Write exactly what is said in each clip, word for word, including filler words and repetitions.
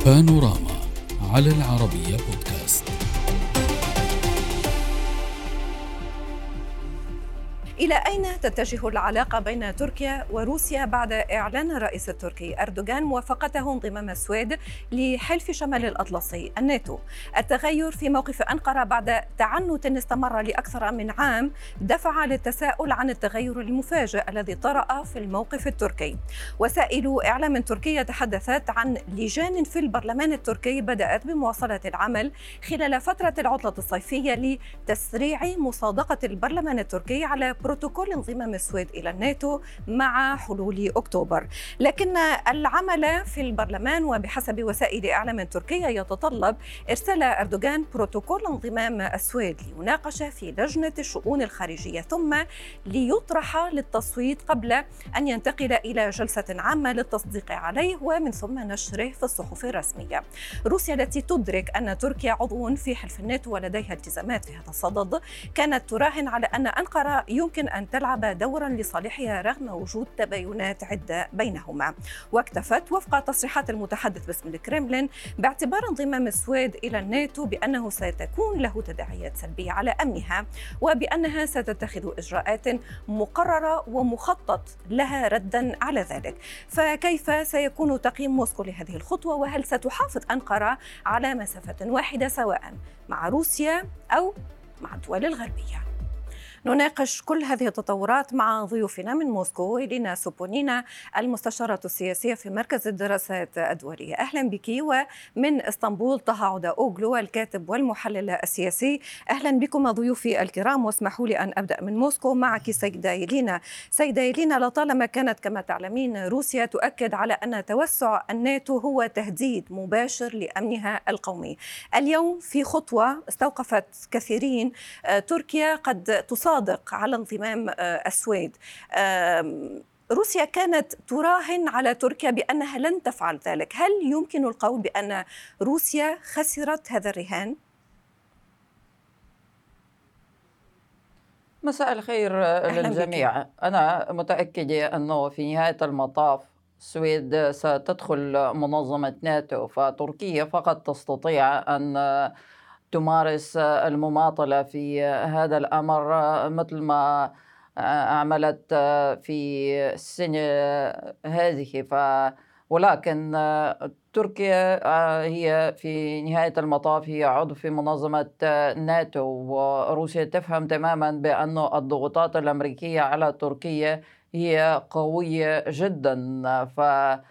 بانوراما على العربية بودكاست. إلى أين تتجه العلاقة بين تركيا وروسيا بعد إعلان الرئيس التركي أردوغان موافقته انضمام السويد لحلف شمال الأطلسي الناتو؟ التغير في موقف أنقرة بعد تعنت استمر لأكثر من عام دفع للتساؤل عن التغير المفاجئ الذي طرأ في الموقف التركي. وسائل إعلام تركية تحدثت عن لجان في البرلمان التركي بدأت بمواصلة العمل خلال فترة العطلة الصيفية لتسريع مصادقة البرلمان التركي على بروتوكول انضمام السويد إلى الناتو مع حلول أكتوبر. لكن العمل في البرلمان وبحسب وسائل إعلام تركية يتطلب إرسال أردوغان بروتوكول انضمام السويد ليناقش في لجنة الشؤون الخارجية ثم ليطرح للتصويت قبل أن ينتقل إلى جلسة عامة للتصديق عليه ومن ثم نشره في الصحف الرسمية. روسيا التي تدرك أن تركيا عضو في حلف الناتو ولديها التزامات في هذا الصدد كانت تراهن على أن أنقرة يمكن أن تلعب دورا لصالحها رغم وجود تباينات عدة بينهما. واكتفت وفق تصريحات المتحدث باسم الكرملين باعتبار انضمام السويد إلى الناتو بأنه ستكون له تداعيات سلبية على أمنها وبأنها ستتخذ إجراءات مقررة ومخطط لها ردا على ذلك. فكيف سيكون تقييم موسكو لهذه الخطوة وهل ستحافظ أنقرة على مسافة واحدة سواء مع روسيا أو مع الدول الغربية؟ نناقش كل هذه التطورات مع ضيوفنا من موسكو. إلينا سوبونينا المستشارة السياسية في مركز الدراسات الدولية، أهلا بك. ومن اسطنبول طه عودة أوغلو الكاتب والمحلل السياسي، أهلا بكم ضيوفي الكرام. واسمحوا لي أن أبدأ من موسكو معك سيدة إلينا. سيدة إلينا، لطالما كانت كما تعلمين روسيا تؤكد على أن توسع الناتو هو تهديد مباشر لأمنها القومي. اليوم في خطوة استوقفت كثيرين، تركيا قد تصادق صادق على انضمام السويد. روسيا كانت تراهن على تركيا بأنها لن تفعل ذلك. هل يمكن القول بأن روسيا خسرت هذا الرهان؟ مساء الخير للجميع. أنا متأكدة أنه في نهاية المطاف السويد ستدخل منظمة ناتو، فتركيا فقط تستطيع أن تمارس المماطلة في هذا الأمر مثل ما عملت في السنة هذه. ف ولكن تركيا هي في نهاية المطاف هي عضو في منظمة ناتو، وروسيا تفهم تماما بأن الضغوطات الأمريكية على تركيا هي قوية جدا. ف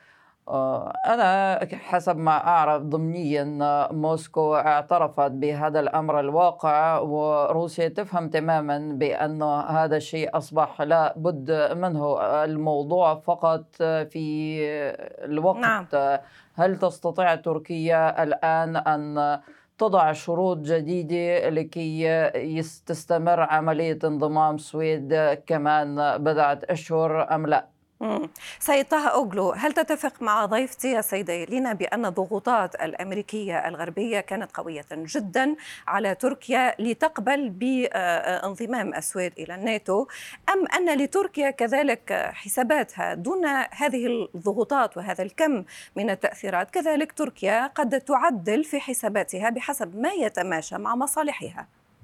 أنا حسب ما أعرف ضمنيا موسكو اعترفت بهذا الأمر الواقع، وروسيا تفهم تماما بأن هذا الشيء أصبح لا بد منه. الموضوع فقط في الوقت. نعم. هل تستطيع تركيا الآن أن تضع شروط جديدة لكي تستمر عملية انضمام السويد كمان بضعة أشهر أم لا؟ سيد طه أوغلو، هل تتفق مع ضيفتي السيدة إلينا بأن الضغوطات الأمريكية الغربية كانت قوية جدا على تركيا لتقبل بانضمام السويد إلى الناتو، أم أن لتركيا كذلك حساباتها دون هذه الضغوطات وهذا الكم من التأثيرات؟ كذلك تركيا قد تعدل في حساباتها بحسب ما يتماشى مع مصالحها.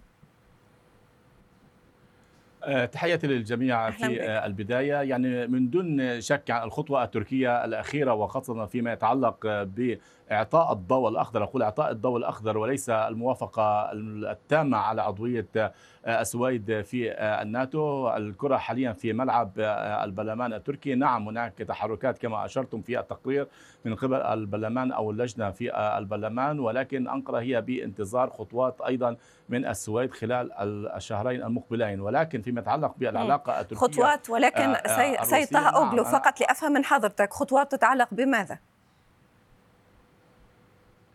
تحياتي للجميع. في البداية يعني من دون شك عن الخطوة التركية الأخيرة، وخاصة فيما يتعلق بإعطاء الضوء الأخضر، أقول إعطاء الضوء الأخضر وليس الموافقة التامة على عضوية السويد في الناتو. الكرة حاليا في ملعب البرلمان التركي. نعم هناك تحركات كما أشرتم في التقرير من قبل البرلمان أو اللجنة في البرلمان، ولكن أنقرة هي بانتظار خطوات أيضا من السويد خلال الشهرين المقبلين. ولكن فيما يتعلق بالعلاقة التركية خطوات، ولكن سيد طه أوغلو فقط لأفهم من حضرتك، خطوات تتعلق بماذا؟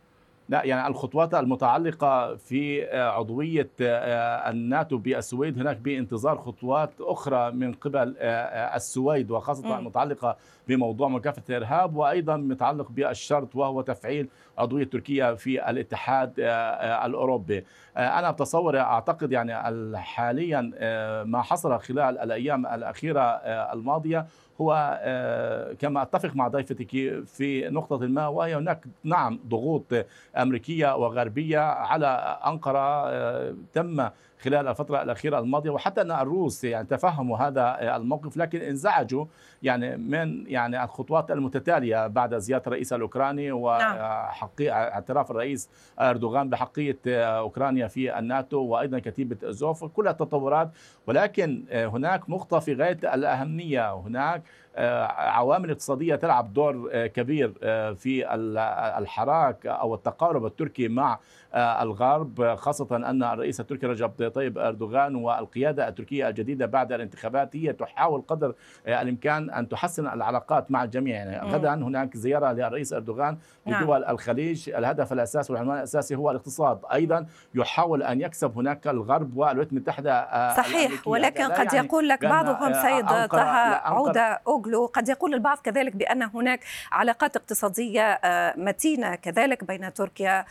لا يعني الخطوات المتعلقة في عضوية الناتو بالسويد، هناك بانتظار خطوات أخرى من قبل السويد، وخاصة المتعلقة بموضوع مكافحة الإرهاب، وأيضا متعلق بالشرط وهو تفعيل عضوية تركيا في الاتحاد الأوروبي. أنا بتصور أعتقد يعني حاليا ما حصل خلال الأيام الأخيرة الماضية هو كما أتفق مع ضيفتك في نقطة ما، وهي هناك نعم ضغوط أمريكية وغربية على أنقرة تم خلال الفترة الأخيرة الماضية، وحتى أن الروس يعني تفهموا هذا الموقف، لكن انزعجوا يعني من يعني الخطوات المتتالية بعد زيارة الرئيس الأوكراني وحقيقة اعتراف الرئيس أردوغان بحقية أوكرانيا في الناتو وأيضا كتيبة أزوف، كل التطورات. ولكن هناك نقطة في غاية الأهمية، هناك عوامل اقتصادية تلعب دور كبير في الحراك أو التقارب التركي مع الغرب، خاصة أن الرئيس التركي رجب طيب أردوغان والقيادة التركية الجديدة بعد الانتخابات هي تحاول قدر الإمكان أن تحسن العلاقات مع الجميع. يعني غدا هناك زيارة للرئيس أردوغان لدول الخليج، الهدف الأساسي والعنوان الأساسي هو الاقتصاد، أيضا يحاول أن يكسب هناك الغرب والولايات المتحدة. صحيح، ولكن قد يعني يقول لك بعضهم سيد طه عودة أوغلو، قد يقول البعض كذلك بأن هناك علاقات اقتصادية متينة كذلك بين تركيا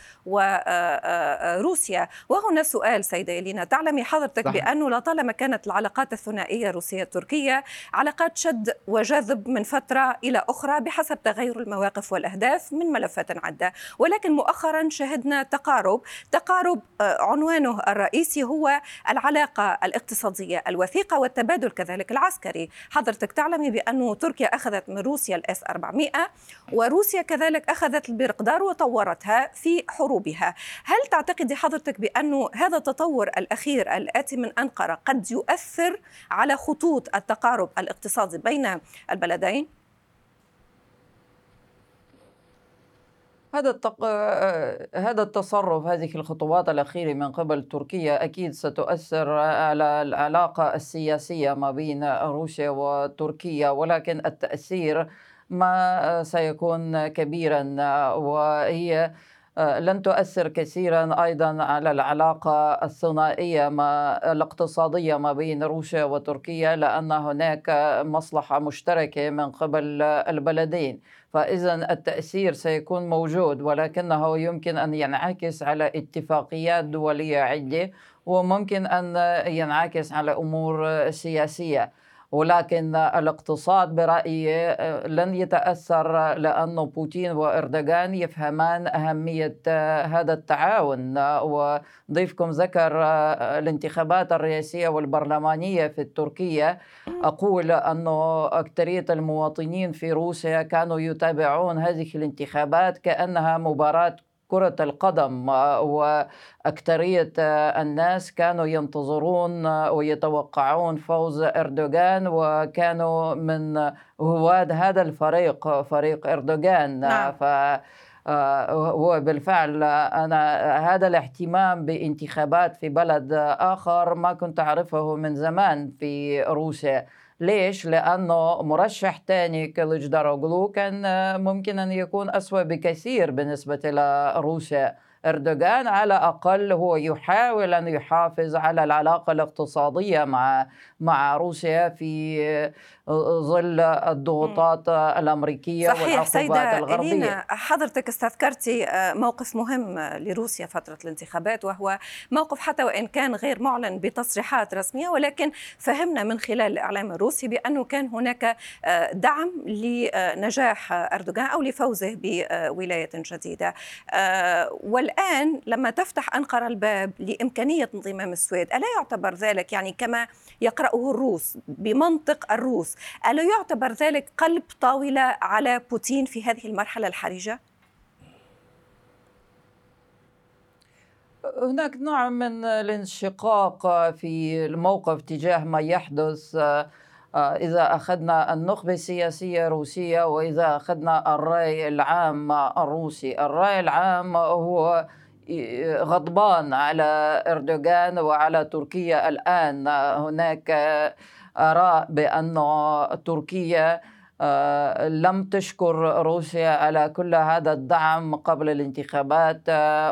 وروسيا. وهنا سؤال سيدة إلينا، تعلمي حضرتك صحيح. بأنه لطالما كانت العلاقات الثنائية الروسية التركية علاقات شد وجذب من فترة إلى أخرى بحسب تغير المواقف والأهداف من ملفات عدة، ولكن مؤخرا شهدنا تقارب تقارب عنوانه الرئيسي هو العلاقة الاقتصادية الوثيقة والتبادل كذلك العسكري. حضرتك تعلمي بأنه تركيا أخذت من روسيا الإس أربعمائة وروسيا كذلك أخذت البيرقدار وطورتها في حروبها. هل تعتقدي حضرتك بأنه هذا التطور الأخير الآتي من أنقرة قد يؤثر على خطوط التقارب الاقتصادي بين البلدين؟ هذا التق... هذا التصرف، هذه الخطوات الأخيرة من قبل تركيا أكيد ستؤثر على العلاقة السياسية ما بين روسيا وتركيا، ولكن التأثير ما سيكون كبيرا، وهي لن تؤثر كثيرا أيضا على العلاقة الثنائية ما الاقتصادية ما بين روسيا وتركيا، لأن هناك مصلحة مشتركة من قبل البلدين. فإذا التأثير سيكون موجود، ولكنه يمكن أن ينعكس على اتفاقيات دولية عدة، وممكن أن ينعكس على أمور سياسية. ولكن الاقتصاد برأيي لن يتأثر، لأن بوتين وإردوغان يفهمان أهمية هذا التعاون. وضيفكم ذكر الانتخابات الرئاسية والبرلمانية في تركيا، أقول أن أكثرية المواطنين في روسيا كانوا يتابعون هذه الانتخابات كأنها مباراة كرة القدم، وأكثرية الناس كانوا ينتظرون ويتوقعون فوز أردوغان، وكانوا من هواة هذا الفريق، فريق أردوغان. نعم. ف هو بالفعل أنا هذا الاهتمام بانتخابات في بلد آخر ما كنت أعرفه من زمان في روسيا. ليش؟ لأنه مرشح ثاني كليجداروغلو كان ممكن أن يكون أسوأ بكثير بالنسبة لروسيا. أردوغان على الأقل هو يحاول أن يحافظ على العلاقة الاقتصادية مع مع روسيا في ظل الضغوطات الأمريكية والعقوبات الغربية. إلينا، حضرتك استذكرتي موقف مهم لروسيا فترة الانتخابات، وهو موقف حتى وإن كان غير معلن بتصريحات رسمية، ولكن فهمنا من خلال الإعلام الروسي بأنه كان هناك دعم لنجاح أردوغان أو لفوزه بولاية جديدة. والآن لما تفتح أنقرة الباب لإمكانية انضمام السويد، ألا يعتبر ذلك يعني كما يقرأه الروس بمنطق الروس، ألا يعتبر ذلك قلب طاولة على بوتين في هذه المرحلة الحرجة؟ هناك نوع من الانشقاق في الموقف تجاه ما يحدث إذا أخذنا النخبة السياسية الروسية وإذا أخذنا الرأي العام الروسي. الرأي العام هو غضبان على أردوغان وعلى تركيا الآن. هناك آراء بأن تركيا لم تشكر روسيا على كل هذا الدعم قبل الانتخابات،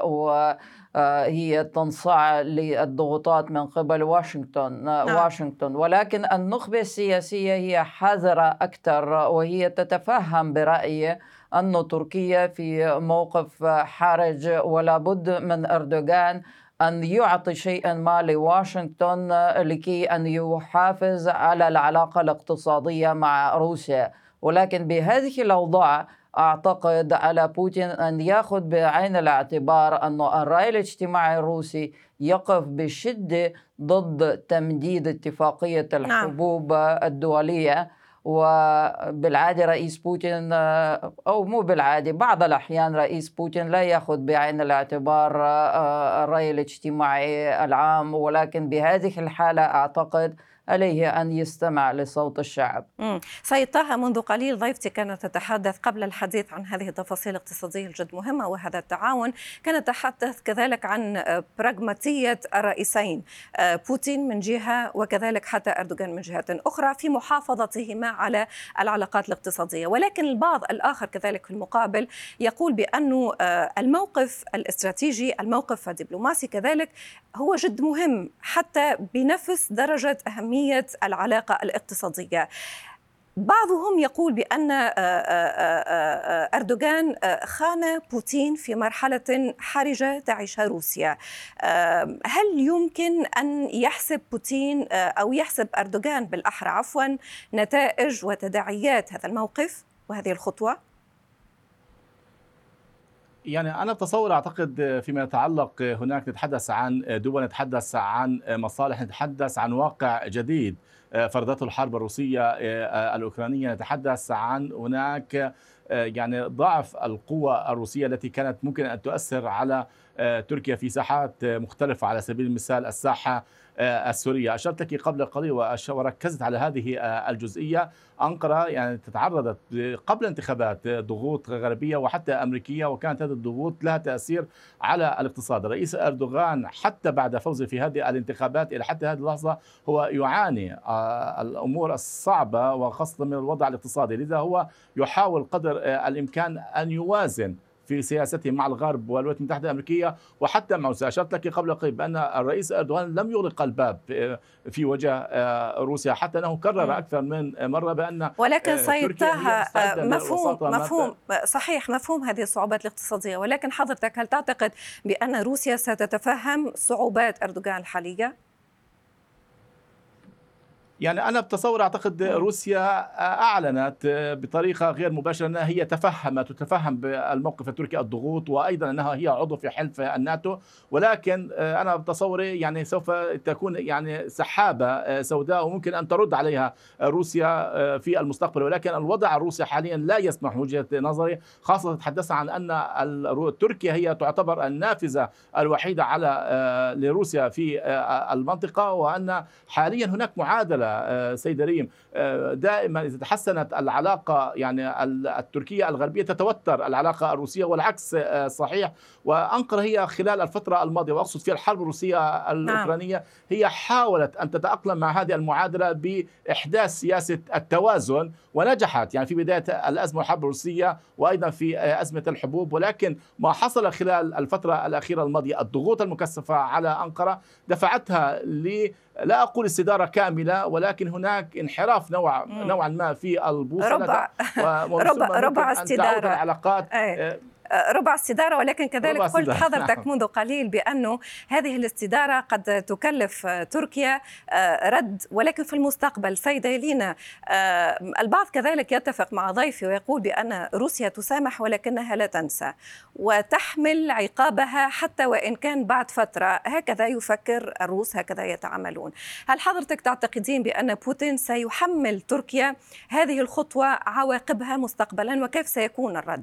وهي تنصاع للضغوطات من قبل واشنطن نعم. واشنطن ولكن النخبة السياسية هي حذرة أكثر، وهي تتفهم برأيي أن تركيا في موقف حرج، ولا بد من أردوغان أن يعطي شيئا ما لواشنطن لكي أن يحافظ على العلاقة الاقتصادية مع روسيا. ولكن بهذه الأوضاع أعتقد على بوتين أن يأخذ بعين الاعتبار أن الرأي الاجتماعي الروسي يقف بشدة ضد تمديد اتفاقية الحبوب الدولية. وبالعادة رئيس بوتين، أو مو بالعادة، بعض الأحيان رئيس بوتين لا يأخذ بعين الاعتبار الرأي الاجتماعي العام، ولكن بهذه الحالة أعتقد عليه أن يستمع لصوت الشعب. مم. سيد طه، منذ قليل ضيفتي كانت تتحدث قبل الحديث عن هذه التفاصيل الاقتصادية الجد مهمة وهذا التعاون، كانت تتحدث كذلك عن براغماتية الرئيسين، بوتين من جهة وكذلك حتى أردوغان من جهة أخرى، في محافظتهما على العلاقات الاقتصادية. ولكن البعض الآخر كذلك في المقابل يقول بأن الموقف الاستراتيجي، الموقف الدبلوماسي كذلك هو جد مهم حتى بنفس درجة أهمية العلاقة الاقتصادية. بعضهم يقول بأن أردوغان خان بوتين في مرحلة حرجة تعيشها روسيا. هل يمكن أن يحسب بوتين أو يحسب أردوغان بالأحرى عفوا نتائج وتداعيات هذا الموقف وهذه الخطوة؟ يعني أنا بتصور أعتقد فيما يتعلق هناك نتحدث عن دول، نتحدث عن مصالح، نتحدث عن واقع جديد فرضته الحرب الروسية الأوكرانية، نتحدث عن هناك يعني ضعف القوة الروسية التي كانت ممكن أن تؤثر على تركيا في ساحات مختلفة، على سبيل المثال الساحة السورية. أشرت لك قبل قليل وركزت على هذه الجزئية. أنقرة يعني تتعرضت قبل انتخابات ضغوط غربية وحتى أمريكية، وكانت هذه الضغوط لها تأثير على الاقتصاد. الرئيس أردوغان حتى بعد فوزه في هذه الانتخابات إلى حتى هذه اللحظة هو يعاني الأمور الصعبة وخاصة من الوضع الاقتصادي، لذا هو يحاول قدر الإمكان أن يوازن في سياسته مع الغرب والولايات المتحدة الأمريكية وحتى مع روسيا. أشرت لك قبل قليل بأن الرئيس أردوغان لم يغلق الباب في وجه روسيا، حتى أنه كرر أكثر من مرة بأن ولكن سيد طه مفهوم مفهوم صحيح مفهوم هذه الصعوبات الاقتصادية، ولكن حضرتك هل تعتقد بأن روسيا ستتفهم صعوبات أردوغان الحالية؟ يعني أنا بتصور أعتقد روسيا أعلنت بطريقة غير مباشرة أنها هي تفهمت وتفهم بالموقف التركي الضغوط، وأيضا أنها هي عضو في حلف الناتو، ولكن أنا بتصوري يعني سوف تكون يعني سحابة سوداء وممكن أن ترد عليها روسيا في المستقبل. ولكن الوضع الروسي حاليا لا يسمح وجهة نظري، خاصة تحدثنا عن أن تركيا هي تعتبر النافذة الوحيدة على لروسيا في المنطقة، وأن حاليا هناك معادلة سيد ريم. دائما إذا تحسنت العلاقة يعني التركية الغربية تتوتر العلاقة الروسية، والعكس صحيح. وأنقرة هي خلال الفترة الماضية، وأقصد في الحرب الروسية الأوكرانية، هي حاولت أن تتأقلم مع هذه المعادلة بإحداث سياسة التوازن، ونجحت يعني في بداية الأزمة الحرب الروسية وأيضا في أزمة الحبوب. ولكن ما حصل خلال الفترة الأخيرة الماضية، الضغوط المكثفة على أنقرة دفعتها ل لا أقول استدارة كاملة، ولكن هناك انحراف نوع نوعا ما في البوصلة، ربع ربع, ربع استدارة العلاقات أي. ربع استدارة. ولكن كذلك قلت حضرتك منذ قليل بأنه هذه الاستدارة قد تكلف تركيا رد، ولكن في المستقبل. سيدة لينا، البعض كذلك يتفق مع ضيفي ويقول بأن روسيا تسامح ولكنها لا تنسى وتحمل عقابها حتى وإن كان بعد فترة. هكذا يفكر الروس، هكذا يتعاملون. هل حضرتك تعتقدين بأن بوتين سيحمل تركيا هذه الخطوة عواقبها مستقبلا، وكيف سيكون الرد؟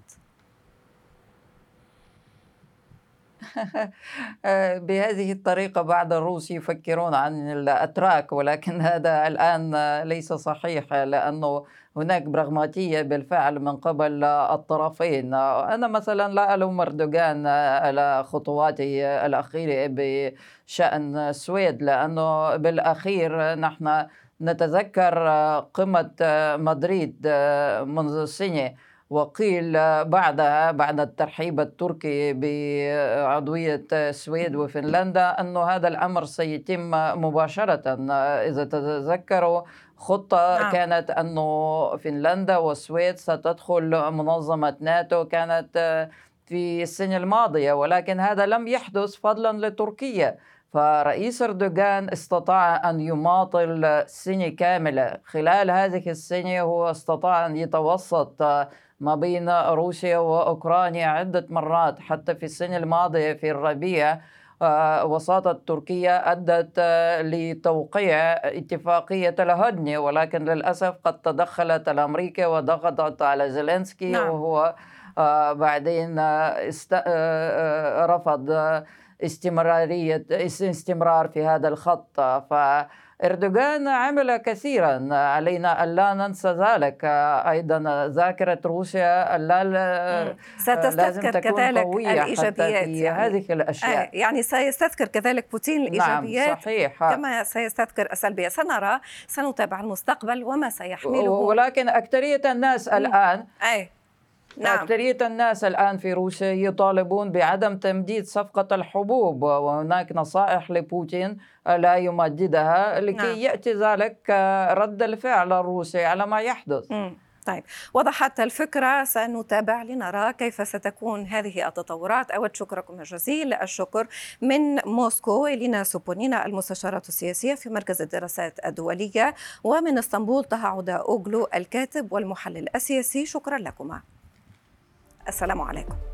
بهذه الطريقة بعض الروس يفكرون عن الأتراك، ولكن هذا الآن ليس صحيح، لأنه هناك براغماتية بالفعل من قبل الطرفين. أنا مثلا لا ألوم أردوغان على خطواته الأخيرة بشأن السويد، لأنه بالأخير نحن نتذكر قمة مدريد منذ سنة، وقيل بعدها بعد الترحيب التركي بعضوية السويد وفنلندا أن هذا الأمر سيتم مباشرة. إذا تتذكروا خطة نعم. كانت أن فنلندا والسويد ستدخل منظمة ناتو، كانت في السنة الماضية، ولكن هذا لم يحدث فضلا لتركيا. فرئيس أردوغان استطاع أن يماطل سنة كاملة. خلال هذه السنة هو استطاع أن يتوسط ما بين روسيا وأوكرانيا عدة مرات. حتى في السنة الماضية في الربيع وساطة تركيا أدت لتوقيع اتفاقية الهدنة، ولكن للأسف قد تدخلت الأمريكا وضغطت على زيلينسكي نعم. وهو بعدين است... رفض استمرارية استمرار في هذا الخط. فإردوغان عمل كثيرا، علينا ألا ننسى ذلك. أيضا ذاكرة روسيا لا ستستذكر كذلك الإيجابيات في يعني هذه الأشياء. يعني سيستذكر كذلك بوتين الإيجابيات نعم صحيح. كما سيستذكر السلبية. سنرى، سنتابع المستقبل وما سيحمله. ولكن أكثرية الناس م. الآن أي. نعم. أكثرية الناس الآن في روسيا يطالبون بعدم تمديد صفقة الحبوب، وهناك نصائح لبوتين لا يمددها لكي نعم. يأتي ذلك رد الفعل الروسي على ما يحدث. م. طيب، وضحت الفكرة، سنتابع لنرى كيف ستكون هذه التطورات. أود شكركم جزيل الشكر من موسكو إلينا سوبونينا المستشارة السياسية في مركز الدراسات الدولية، ومن اسطنبول طه عودة أوغلو الكاتب والمحلل السياسي. شكرا لكما. السلام عليكم.